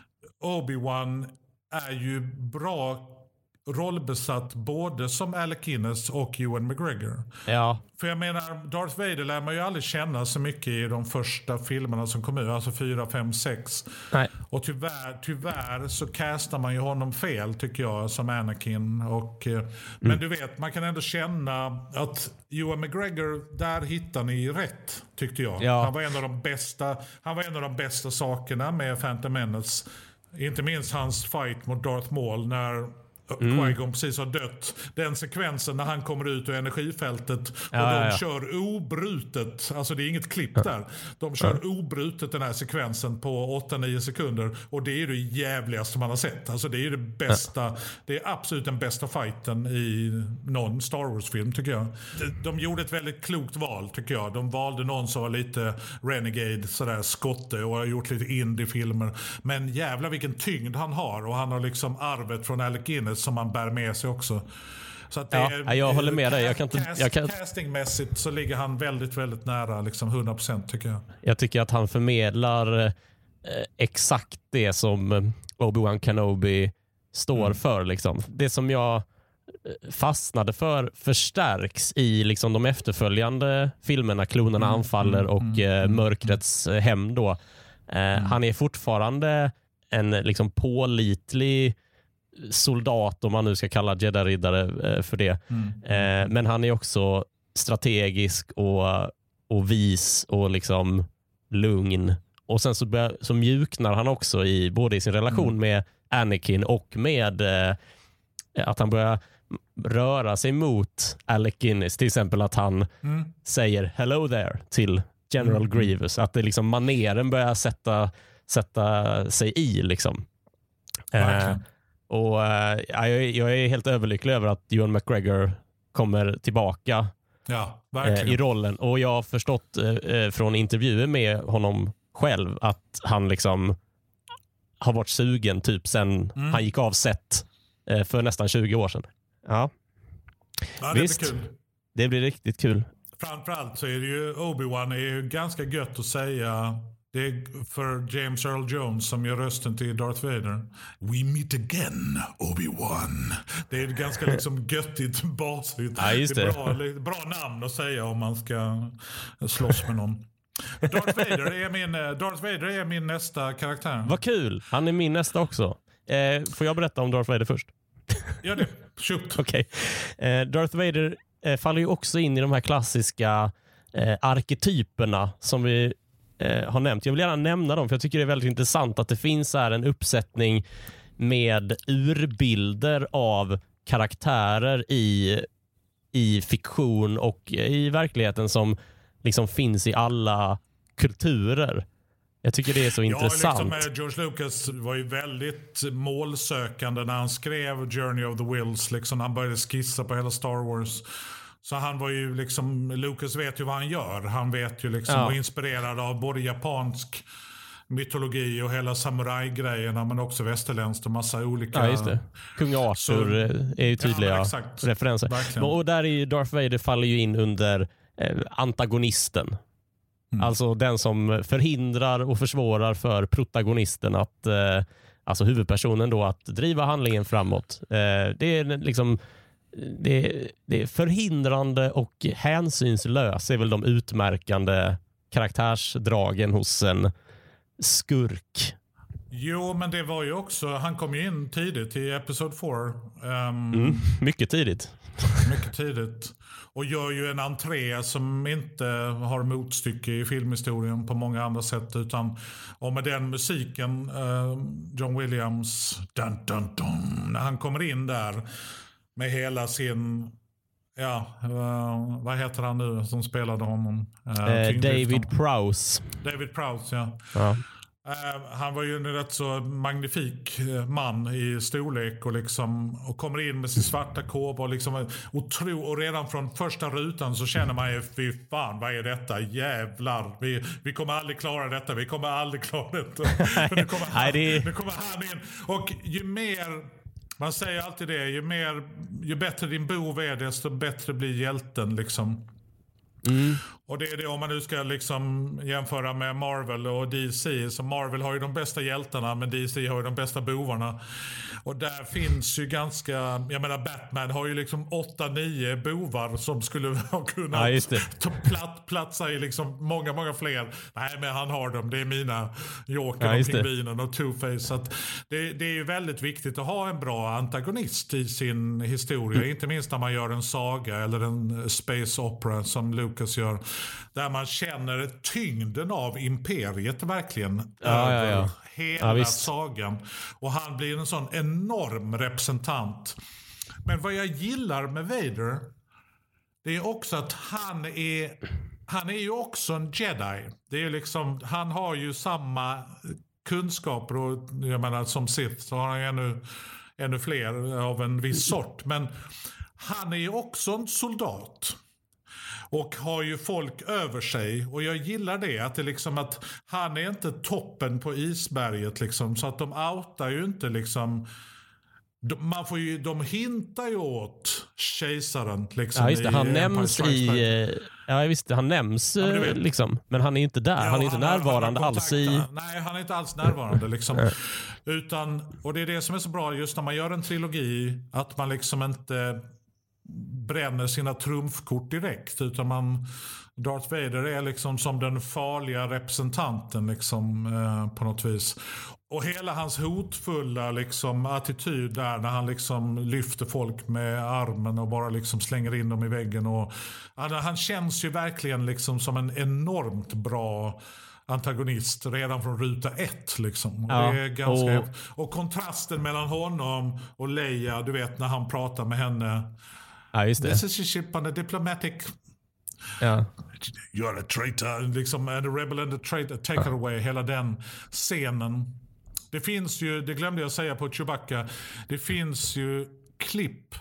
Obi-Wan är ju bra rollbesatt både som Alec Guinness och Ewan McGregor. Ja. För jag menar, Darth Vader lär man ju aldrig känna så mycket i de första filmerna som kom ut, alltså fyra, fem, sex. Nej. Och tyvärr, tyvärr så castar man ju honom fel, tycker jag, som Anakin. Och, mm. Men du vet, man kan ändå känna att Ewan McGregor, där hittar ni rätt, tyckte jag. Ja. Han var en av de bästa, han var en av de bästa sakerna med Phantom Menace. Inte minst hans fight mot Darth Maul när Mm. Qui-Gon precis har dött. Den sekvensen när han kommer ut ur energifältet och ja, de ja, ja. kör obrutet. Alltså det är inget klipp där. De kör ja. obrutet den här sekvensen på åtta nio sekunder. Och det är det jävligaste man har sett. Alltså det är det bästa. Ja. Det är absolut den bästa fighten i någon Star Wars-film, tycker jag. De, de gjorde ett väldigt klokt val, tycker jag. De valde någon som var lite renegade, sådär skotte, och har gjort lite indie-filmer. Men jävla vilken tyngd han har. Och han har liksom arvet från Alec Guinness som man bär med sig också. Så att det ja, är, jag håller med dig. Jag kan inte, cast, jag kan... Castingmässigt så ligger han väldigt, väldigt nära liksom hundra procent, tycker jag. Jag tycker att han förmedlar eh, exakt det som Obi-Wan Kenobi står mm. för. Liksom. Det som jag fastnade för förstärks i liksom, de efterföljande filmerna. Klonerna mm. anfaller och mm. eh, Mörkrets eh, hem då. Eh, mm. Han är fortfarande en liksom, pålitlig soldat, om man nu ska kalla Jedi-riddare för det. Mm. Eh, men han är också strategisk och, och vis och liksom lugn. Och sen så, bör, så mjuknar han också i både i sin relation mm. med Anakin och med eh, att han börjar röra sig mot Alec Guinness. Till exempel att han mm. säger hello there till General mm. Grievous. Att det liksom maneren börjar sätta, sätta sig i liksom. Eh, Och uh, jag, jag är helt överlycklig över att Ewan McGregor kommer tillbaka ja, uh, i rollen. Och jag har förstått uh, från intervjuer med honom själv att han liksom har varit sugen typ sen mm. han gick av set uh, för nästan tjugo år sedan. Ja, ja det visst. blir kul. Det blir riktigt kul. Framförallt så är det ju Obi-Wan är ju ganska gött att säga. Det är för James Earl Jones som gör rösten till Darth Vader. We meet again, Obi-Wan. Det är ett ganska liksom göttigt basigt. Ja, just det. Det är bra, bra namn att säga om man ska slåss med någon. Darth Vader är min, Darth Vader är min nästa karaktär. Vad kul. Han är min nästa också. Eh, får jag berätta om Darth Vader först? Ja, det. Shoot. Okej. Okay. Eh, Darth Vader eh, faller ju också in i de här klassiska eh, arketyperna som vi Eh, har nämnt. Jag vill gärna nämna dem för jag tycker det är väldigt intressant att det finns här en uppsättning med urbilder av karaktärer i, i fiktion och i verkligheten som liksom finns i alla kulturer. Jag tycker det är så ja, intressant. Liksom, George Lucas var ju väldigt målsökande när han skrev Journey of the Wills. Liksom, han började skissa på hela Star Wars. Så han var ju liksom, Lucas vet ju vad han gör. Han vet ju liksom, Ja. och inspirerad av både japansk mytologi och hela samurajgrejerna, men också västerländskt och massa olika... Ja, just det. Kung Arthur Så- är ju tydliga Ja, exakt. referenser. Verkligen. Och där är ju Darth Vader faller ju in under eh, antagonisten. Mm. Alltså den som förhindrar och försvårar för protagonisten att, eh, alltså huvudpersonen då, att driva handlingen framåt. Eh, det är liksom det är, det är förhindrande och hänsynslös är väl de utmärkande karaktärsdragen hos en skurk. Jo, men det var ju också, han kom ju in tidigt i episod fyra. Um, Mm, mycket tidigt. Mycket tidigt. Och gör ju en entré som inte har motstycke i filmhistorien på många andra sätt. Utan, och med den musiken, uh, John Williams, dun, dun, dun, när han kommer in där med hela sin, ja, uh, vad heter han nu som spelade honom? Uh, Eh, David Prowse. David Prowse, ja. Ja. Uh, han var ju en rätt så magnifik uh, man i storlek och, liksom, och kommer in med sin svarta kåpa och, liksom, och, tro, och redan från första rutan så känner man ju, fy fan, vad är detta? Jävlar, vi, vi kommer aldrig klara detta, vi kommer aldrig klara detta. För nu kommer han, Nej, det är- nu kommer han in. Och ju mer, man säger alltid det, ju, mer, ju bättre din bov är, desto bättre blir hjälten liksom. Mm. Och det är det, om man nu ska liksom jämföra med Marvel och D C. Så Marvel har ju de bästa hjältarna, men D C har ju de bästa bovarna. Och där finns ju ganska, jag menar Batman har ju liksom åtta, nio bovar som skulle ha kunnat Ja, just det. ta platt, platsa i liksom många, många fler. Nej, men han har dem, det är mina Joker Ja, och just det. Pingvinen och Two-Face. Så att det, det är ju väldigt viktigt att ha en bra antagonist i sin historia. Mm. Inte minst när man gör en saga eller en space opera som Lucas gör. Där man känner tyngden av imperiet verkligen Ja, över ja, ja. hela Ja, visst. sagan. Och han blir en sån enorm representant. Men vad jag gillar med Vader, det är också att han är, han är ju också en jedi. Det är liksom, han har ju samma kunskaper och jag menar som Sith så har han ju ännu, ännu fler av en viss sort. Men han är ju också en soldat. Och har ju folk över sig. Och jag gillar det. Att det liksom att han är inte toppen på isberget liksom. Så att de outar ju inte liksom. De, man får ju, de hintar ju åt kejsaren liksom. Ja, just det. Han i Empire nämns Strikes Back. i... Ja, visst det. Han nämns men du eh, vet. liksom. Men han är inte där. Ja, han är inte har- närvarande han har alls i... kontakter. Nej, han är inte alls närvarande liksom. Utan, och det är det som är så bra just när man gör en trilogi. Att man liksom inte bränner sina trumfkort direkt. Utan man... Darth Vader är liksom som den farliga representanten liksom, eh, på något vis. Och hela hans hotfulla liksom, attityd där när han liksom lyfter folk med armen och bara liksom slänger in dem i väggen. Och, han, han känns ju verkligen liksom som en enormt bra antagonist redan från ruta ett. Liksom. Och, Ja, det är ganska och- häftigt. Och kontrasten mellan honom och Leia, du vet när han pratar med henne. Ja, just det. This is a ship on a diplomatic... Ja. You're a traitor, liksom and a rebel and a traitor, take it away, hela den scenen. Det finns ju, det glömde jag säga på Chewbacca, det finns ju klipp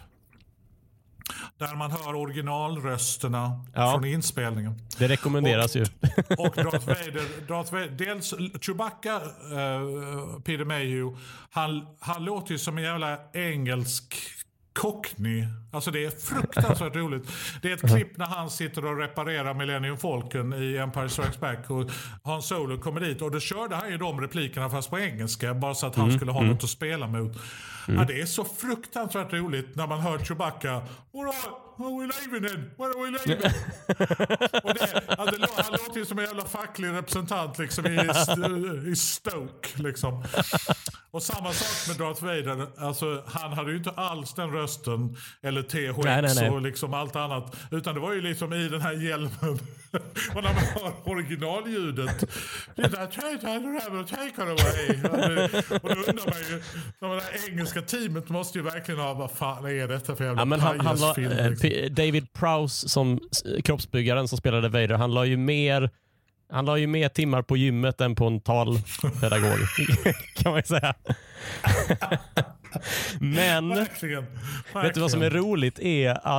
där man hör originalrösterna Ja. från inspelningen. Det rekommenderas ju. Och Darth Vader, Darth Vader dels Chewbacca, uh, Peter Mayhew, han, han låter ju som en jävla engelsk Cockney. Alltså det är fruktansvärt roligt. Det är ett klipp när han sitter och reparerar Millennium Falcon i Empire Strikes Back och Han Solo kommer dit och då körde han ju de replikerna fast på engelska bara så att han skulle ha något att spela mot. Ja, det är så fruktansvärt roligt när man hör Chewbacca. All right, are we leaving then? When are we leaving? Och det, ja, det, lå- han låter ju som en jävla facklig representant liksom, i, i Stoke. Liksom. Och samma sak med Darth Vader. Alltså, han hade ju inte alls den rösten eller T H X Nej, nej, nej. och liksom allt annat. Utan det var ju liksom i den här hjälmen. Och när man hör originalljudet. Det där take it away. Och då undrar man ju. Det här engelska teamet måste ju verkligen ha. Vad fan är detta för jävla Ja, men han, han la, pajasfilm, eh, liksom. P- David Prowse som s- kroppsbyggaren som spelade Vader, han la ju mer han la ju mer timmar på gymmet än på en talpedagog kan man ju säga. Men Verkligen. vet du vad som är roligt är att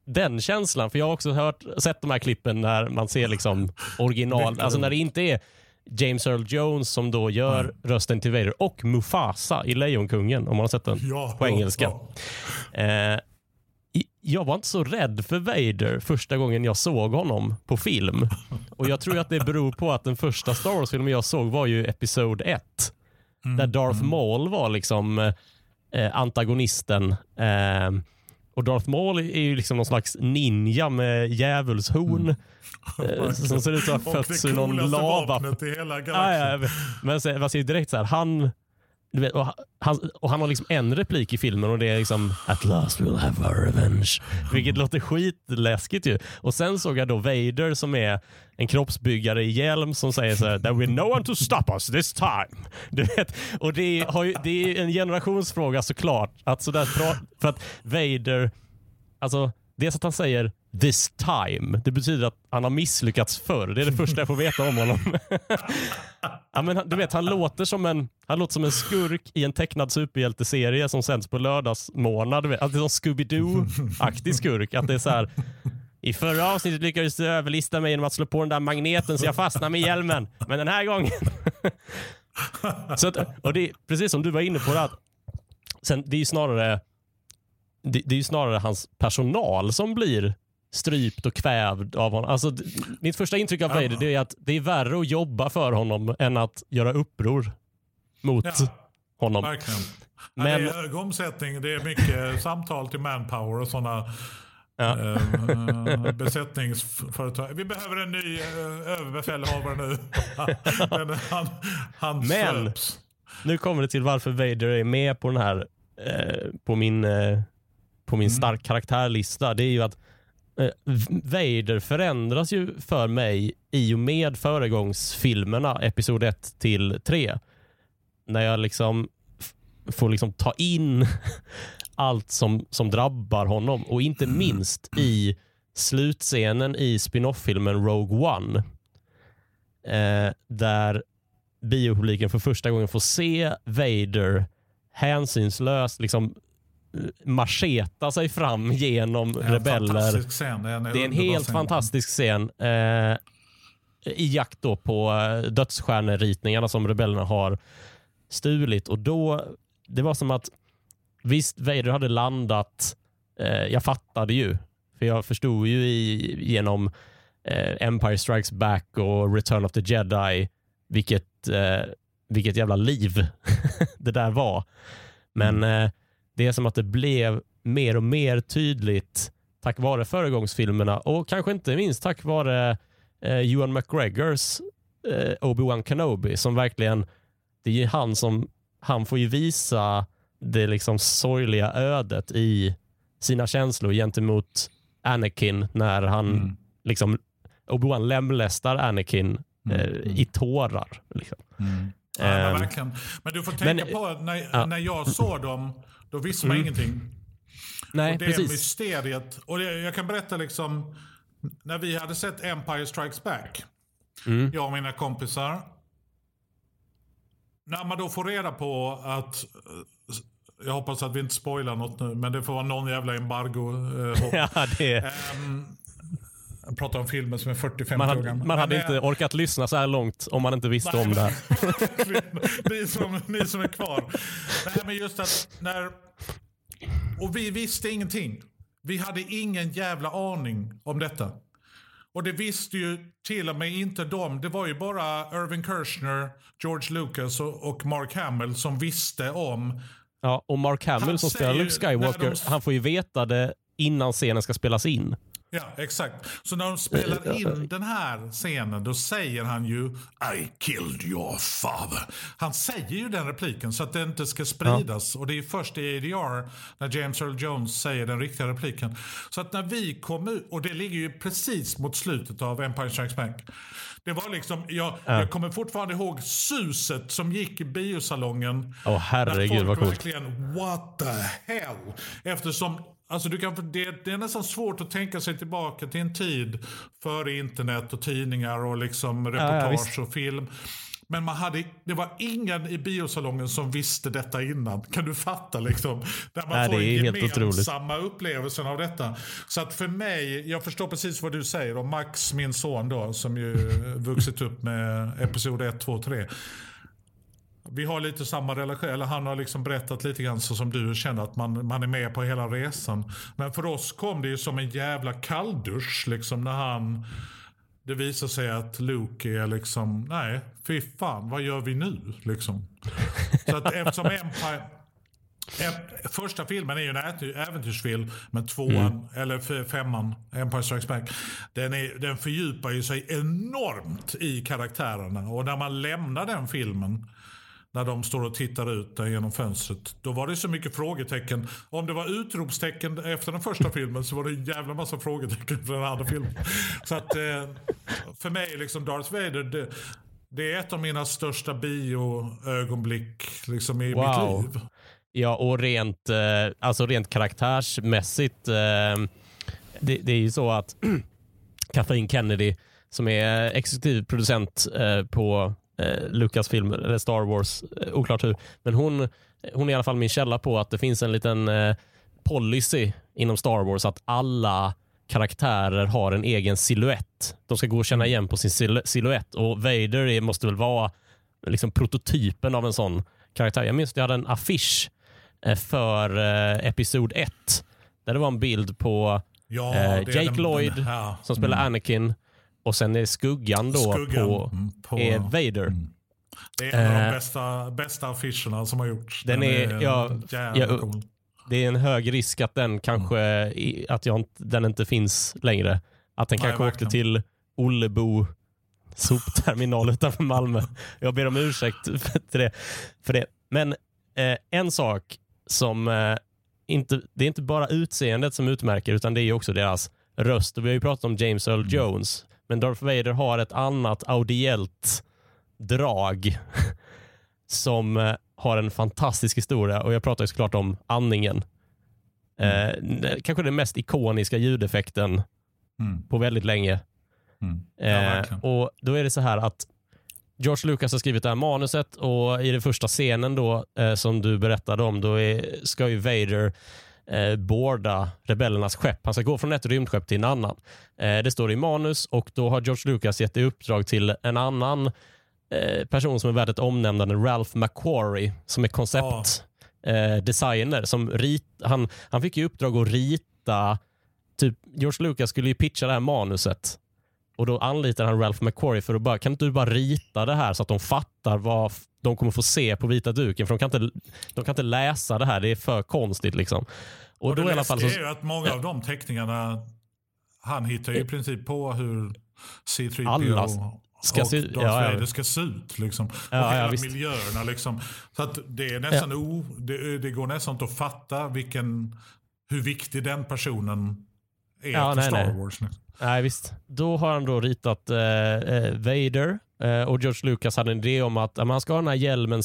den känslan, för jag har också hört, sett de här klippen när man ser liksom original, alltså när det inte är James Earl Jones som då gör mm. rösten till Vader och Mufasa i Lejonkungen, om man har sett den ja, på engelska. Ja, ja. Eh, jag var inte så rädd för Vader första gången jag såg honom på film. Och jag tror att det beror på att den första Star Wars-filmen jag såg var ju Episod ett. Mm. Där Darth Maul var liksom eh, antagonisten. Eh, och Darth Maul är ju liksom någon slags ninja med djävulshorn. Mm. Eh, som ser ut att ha fötts ur någon lava. I hela ah, ja, men så, man ser direkt så här, han... Du vet, och, han, och han har liksom en replik i filmen och det är liksom At last we'll have our revenge. Vilket låter skitläskigt ju. Och sen såg jag då Vader som är en kroppsbyggare i hjälm som säger så här: There will no one to stop us this time. Du vet, och det är, har ju, det är en generationsfråga såklart. Att så där, för att Vader, alltså det är så att han säger this time. Det betyder att han har misslyckats förr. Det är det första jag får veta om honom. Ja, men du vet, han låter som en han låter som en skurk i en tecknad superhjälteserie som sänds på lördagsmånad. Du vet, att det är en Scooby-Doo-aktig skurk. Att det är så här: i förra avsnittet lyckades du överlista mig genom att slå på den där magneten så jag fastnar med hjälmen. Men den här gången... så att, och det är precis som du var inne på det, att sen, det är ju snarare det, det är ju snarare hans personal som blir strypt och kvävd av honom. Alltså, d- mitt första intryck av Vader det är att det är värre att jobba för honom än att göra uppror mot ja, honom. Verkligen. Men, ja, det är hög omsättning, det är mycket samtal till Manpower och sådana ja. äh, besättningsföretag. Vi behöver en ny äh, överbefälhavare nu. Men han, han Men söps. Nu kommer det till varför Vader är med på den här eh, på min eh, på min mm. stark karaktärlista. Det är ju att Vader förändras ju för mig i och med föregångsfilmerna episod ett till tre. När jag liksom f- får liksom ta in allt som, som drabbar honom. Och inte minst i slutscenen i spin-off-filmen Rogue One. Eh, där biopubliken för första gången får se Vader hänsynslöst liksom marscheta sig fram genom en rebeller. Scen. Det är en, det är en helt scen. fantastisk scen eh, i jakt då på eh, dödsstjärneritningarna som rebellerna har stulit. Och då, det var som att visst, Vader hade landat, eh, jag fattade ju, för jag förstod ju i, genom eh, Empire Strikes Back och Return of the Jedi vilket, eh, vilket jävla liv det där var. Men mm. eh, det är som att det blev mer och mer tydligt tack vare föregångsfilmerna och kanske inte minst tack vare eh, Ewan McGregors eh, Obi-Wan Kenobi som verkligen, det är ju han som han får ju visa det liksom sorgliga ödet i sina känslor gentemot Anakin när han mm. liksom Obi-Wan lemlästar Anakin eh, mm. i tårar liksom. Mm. Ja, men verkligen. Men du får tänka men, på när, ja. när jag såg dem då visste man mm. ingenting. Nej, och det precis. är mysteriet. Och det, jag kan berätta liksom när vi hade sett Empire Strikes Back mm. jag och mina kompisar, när man då får reda på att, jag hoppas att vi inte spoilar något nu, men det får vara någon jävla embargo eh, ja, det um, jag pratar om filmer som är fyrtiofem år gamla. Man hade men, inte orkat lyssna så här långt om man inte visste nej, om det. ni, som, ni som är kvar. Nej, men just att när... Och vi visste ingenting. Vi hade ingen jävla aning om detta. Och det visste ju till och med inte de. Det var ju bara Irving Kershner, George Lucas och, och Mark Hamill som visste om... Ja, och Mark Hamill som spelar Luke Skywalker, de... han får ju veta det innan scenen ska spelas in. Ja, exakt. Så när de spelar in den här scenen då säger han ju I killed your father. Han säger ju den repliken så att det inte ska spridas. Ja. Och det är först i A D R när James Earl Jones säger den riktiga repliken. Så att när vi kom ut, och det ligger ju precis mot slutet av Empire Strikes Back. Det var liksom, jag, ja. jag kommer fortfarande ihåg suset som gick i biosalongen. Åh oh, herregud vad coolt. Verkligen, what the hell? Eftersom alltså du kan, det, det är nästan svårt att tänka sig tillbaka till en tid före internet och tidningar och liksom reportage ja, ja, och film. Men man hade, det var ingen i biosalongen som visste detta innan. Kan du fatta liksom? Där man Nej, får det är helt gemensamma upplevelsen av detta. Så att för mig, jag förstår precis vad du säger. Och Max, min son då, som ju vuxit upp med episod ett, två, tre. Vi har lite samma relation, eller han har liksom berättat lite grann så som du känner att man, man är med på hela resan. Men för oss kom det ju som en jävla kalldusch liksom när han... Det visar sig att Luke är liksom, nej, fy fan, vad gör vi nu? Liksom. Så att eftersom Empire, ep, första filmen är ju en äventyrsfilm, men tvåan, mm. eller femman, Empire Strikes Back, den, är, den fördjupar ju sig enormt i karaktärerna. Och när man lämnar den filmen, när de står och tittar ut där genom fönstret, då var det så mycket frågetecken. Om det var utropstecken efter den första filmen så var det en jävla massa frågetecken för den andra filmen. Så att eh, för mig liksom Darth Vader, det, det är ett av mina största bioögonblick liksom i wow. mitt liv. Ja, och rent, eh, alltså rent karaktärsmässigt eh, det, det är ju så att Kathleen Kennedy, som är exekutiv producent eh, på Lucasfilm eller Star Wars, oklart hur. Men hon, hon är i alla fall min källa på att det finns en liten eh, policy inom Star Wars att alla karaktärer har en egen silhuett. De ska gå och känna igen på sin sil- silhuett. Och Vader är, måste väl vara liksom prototypen av en sån karaktär. Jag minns att jag hade en affisch eh, för eh, episod ett där det var en bild på ja, eh, Jake den, Lloyd den, ja. som spelar mm. Anakin. Och sen är skuggan då skuggan på, på är Vader. Mm. Det är en av de bästa, bästa affischerna som har gjorts. Den, den är, är ja, ja, cool. Det är en hög risk att den kanske mm. att jag, den inte finns längre. Att den Nej, kanske verkligen. åkte till Ollebo sopterminal utanför Malmö. Jag ber om ursäkt för det. För det. Men eh, en sak som eh, inte, det är inte bara utseendet som utmärker, utan det är också deras röst. Och vi har ju pratat om James Earl mm. Jones. Men Darth Vader har ett annat audiellt drag som eh, har en fantastisk historia. Och jag pratar ju såklart om andningen. Mm. Eh, kanske den mest ikoniska ljudeffekten mm. på väldigt länge. Mm. Ja, eh, och då är det så här att George Lucas har skrivit det här manuset, och i den första scenen då eh, som du berättade om, då är, ska ju Vader eh, borda rebellernas skepp. Han ska gå från ett rymdskepp till en annan. Eh, det står i manus, och då har George Lucas gett i uppdrag till en annan eh, person som är värd ett omnämnande, Ralph McQuarrie, som är konceptdesigner. Oh. Eh, som rit, han, han fick ju uppdrag att rita, typ George Lucas skulle ju pitcha det här manuset. Och då anlitar han Ralph McQuarrie för att bara, kan inte du bara rita det här så att de fattar vad de kommer få se på vita duken? För de kan inte, de kan inte läsa det här, det är för konstigt liksom. Och, och då det i alla fall så, är ju att många av de teckningarna, han hittar ju i princip på hur C tre P O ska och se, Darth ja, Vader ja. ska se ut liksom. Och ja, hela ja, miljöerna liksom. Så att det är nästan ja. o, det, det går nästan inte att fatta vilken, hur viktig den personen är ja, till nej, Star nej. Wars. Nej, visst. Då har han då ritat eh, Vader, eh, och George Lucas hade en idé om att eh, man ska ha den här hjälmen,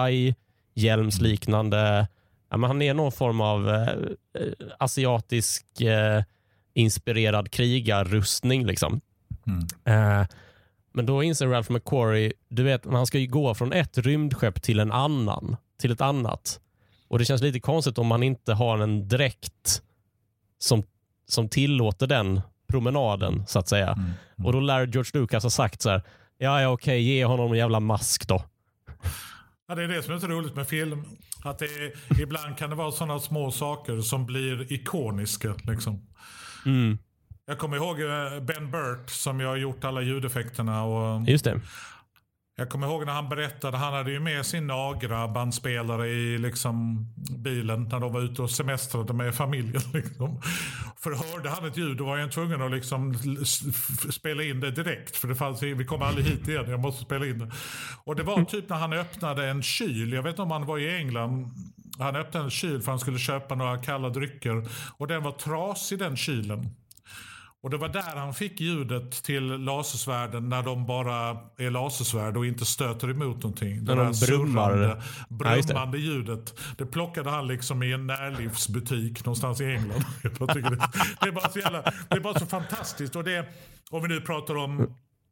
samurai-hjälmsliknande. Eh, han är någon form av eh, asiatisk eh, inspirerad krigarrustning liksom. Mm. Eh, men då inser Ralph McQuarrie, du vet, han ska ju gå från ett rymdskepp till en annan, till ett annat. Och det känns lite konstigt om man inte har en dräkt som, som tillåter den promenaden, så att säga. Mm, mm. Och då lär George Lucas ha sagt så här: ja, ja okej, ge honom en jävla mask då. Ja, det är det som är så roligt med film. Att det är, ibland kan det vara sådana små saker som blir ikoniska liksom. Mm. Jag kommer ihåg Ben Burt som jag har gjort alla ljudeffekterna. Och just det. Jag kommer ihåg när han berättade, han hade ju med sin Nagra bandspelare i liksom bilen när de var ute och semestrade med familjen. Liksom. För hörde han ett ljud, då var jag tvungen att liksom spela in det direkt. För det fanns, vi kommer aldrig hit igen, jag måste spela in det. Och det var typ när han öppnade en kyl, jag vet inte om han var i England. Han öppnade en kyl för han skulle köpa några kalla drycker. Och den var trasig, den kylen. Och det var där han fick ljudet till lasersvärden, när de bara är lasersvärd och inte stöter emot någonting. Det när där de brummar. brummande ja, ljudet. Det plockade han liksom i en närlivsbutik någonstans i England. Jag tycker det, det, är bara så jävla, det är bara så fantastiskt. Och det, om vi nu pratar om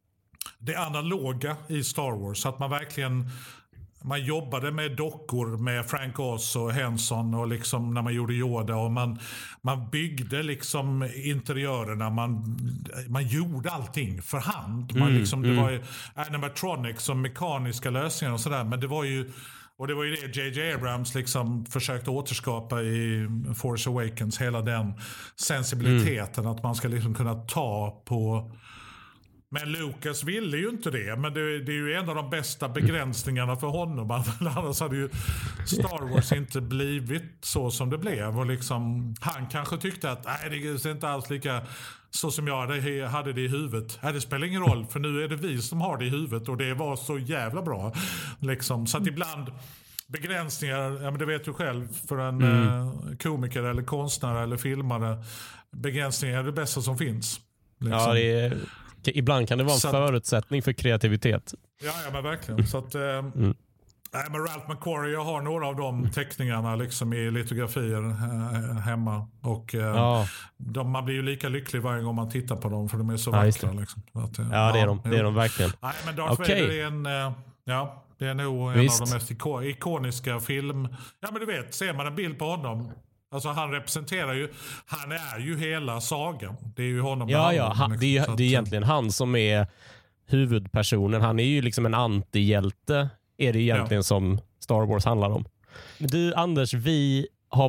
det analoga i Star Wars. Att man verkligen man jobbade med dockor med Frank Oz och Henson och liksom när man gjorde Yoda och man, man byggde liksom interiörerna, man, man gjorde allting för hand. Man mm, liksom, det mm. var ju animatronics som mekaniska lösningar och sådär, men det var ju och det var ju det J J Abrams liksom försökte återskapa i Force Awakens, hela den sensibiliteten mm. att man ska liksom kunna ta på. Men Lucas ville ju inte det. Men det, det är ju en av de bästa begränsningarna för honom. Annars hade ju Star Wars inte blivit så som det blev. Och liksom, han kanske tyckte att nej, det är inte alls lika så som jag hade det i huvudet. Nej, det spelar ingen roll, för nu är det vi som har det i huvudet. Och det var så jävla bra. Liksom. Så att ibland begränsningar, ja, men det vet du själv, för en mm. eh, komiker eller konstnär eller filmare. Begränsningar är det bästa som finns. Liksom. Ja, det är... Ibland kan det vara en så förutsättning för kreativitet. Ja, ja men verkligen. Så att, eh, mm. nej, men Ralph McQuarrie, jag har några av de teckningarna liksom i litografier eh, hemma. Och eh, ja. de, man blir ju lika lycklig varje gång man tittar på dem, för de är så ja, vackra. Liksom. Att, eh, ja, det är de. Det är de verkligen. Nej, men Darth okay. Vader är en... Eh, ja, det är nog en Visst. av de mest iko- ikoniska film... Ja, men du vet, ser man en bild på honom... Alltså han representerar ju, han är ju hela sagan. Det är ju honom. Ja, ja. Han, liksom. det, är, det är egentligen han som är huvudpersonen. Han är ju liksom en antihjälte, är det egentligen ja. som Star Wars handlar om. Du Anders, vi har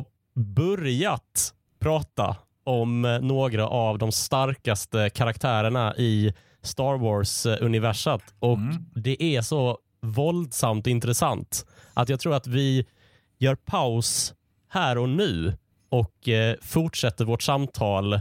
börjat prata om några av de starkaste karaktärerna i Star Wars-universat. Och mm. det är så våldsamt intressant att jag tror att vi gör paus här och nu och eh, fortsätter vårt samtal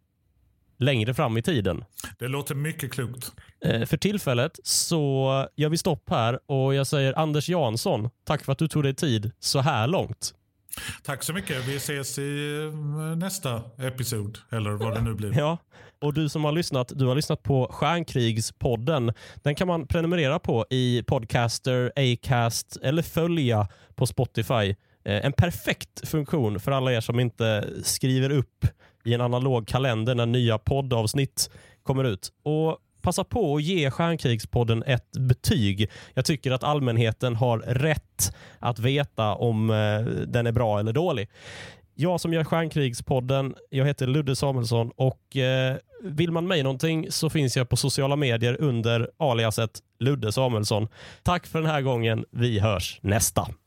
längre fram i tiden. Det låter mycket klokt. Eh, för tillfället så gör vi stopp här och jag säger Anders Jansson, tack för att du tog dig tid så här långt. Tack så mycket. Vi ses i nästa episod, eller vad det nu blir. Ja, och du som har lyssnat, du har lyssnat på Stjärnkrigspodden. Den kan man prenumerera på i Podcaster, Acast eller följa på Spotify. En perfekt funktion för alla er som inte skriver upp i en analog kalender när nya poddavsnitt kommer ut. Och passa på att ge Stjärnkrigspodden ett betyg. Jag tycker att allmänheten har rätt att veta om den är bra eller dålig. Jag som gör Stjärnkrigspodden, jag heter Ludde Samuelsson och eh, vill man mig någonting så finns jag på sociala medier under aliaset Ludde Samuelsson. Tack för den här gången. Vi hörs nästa.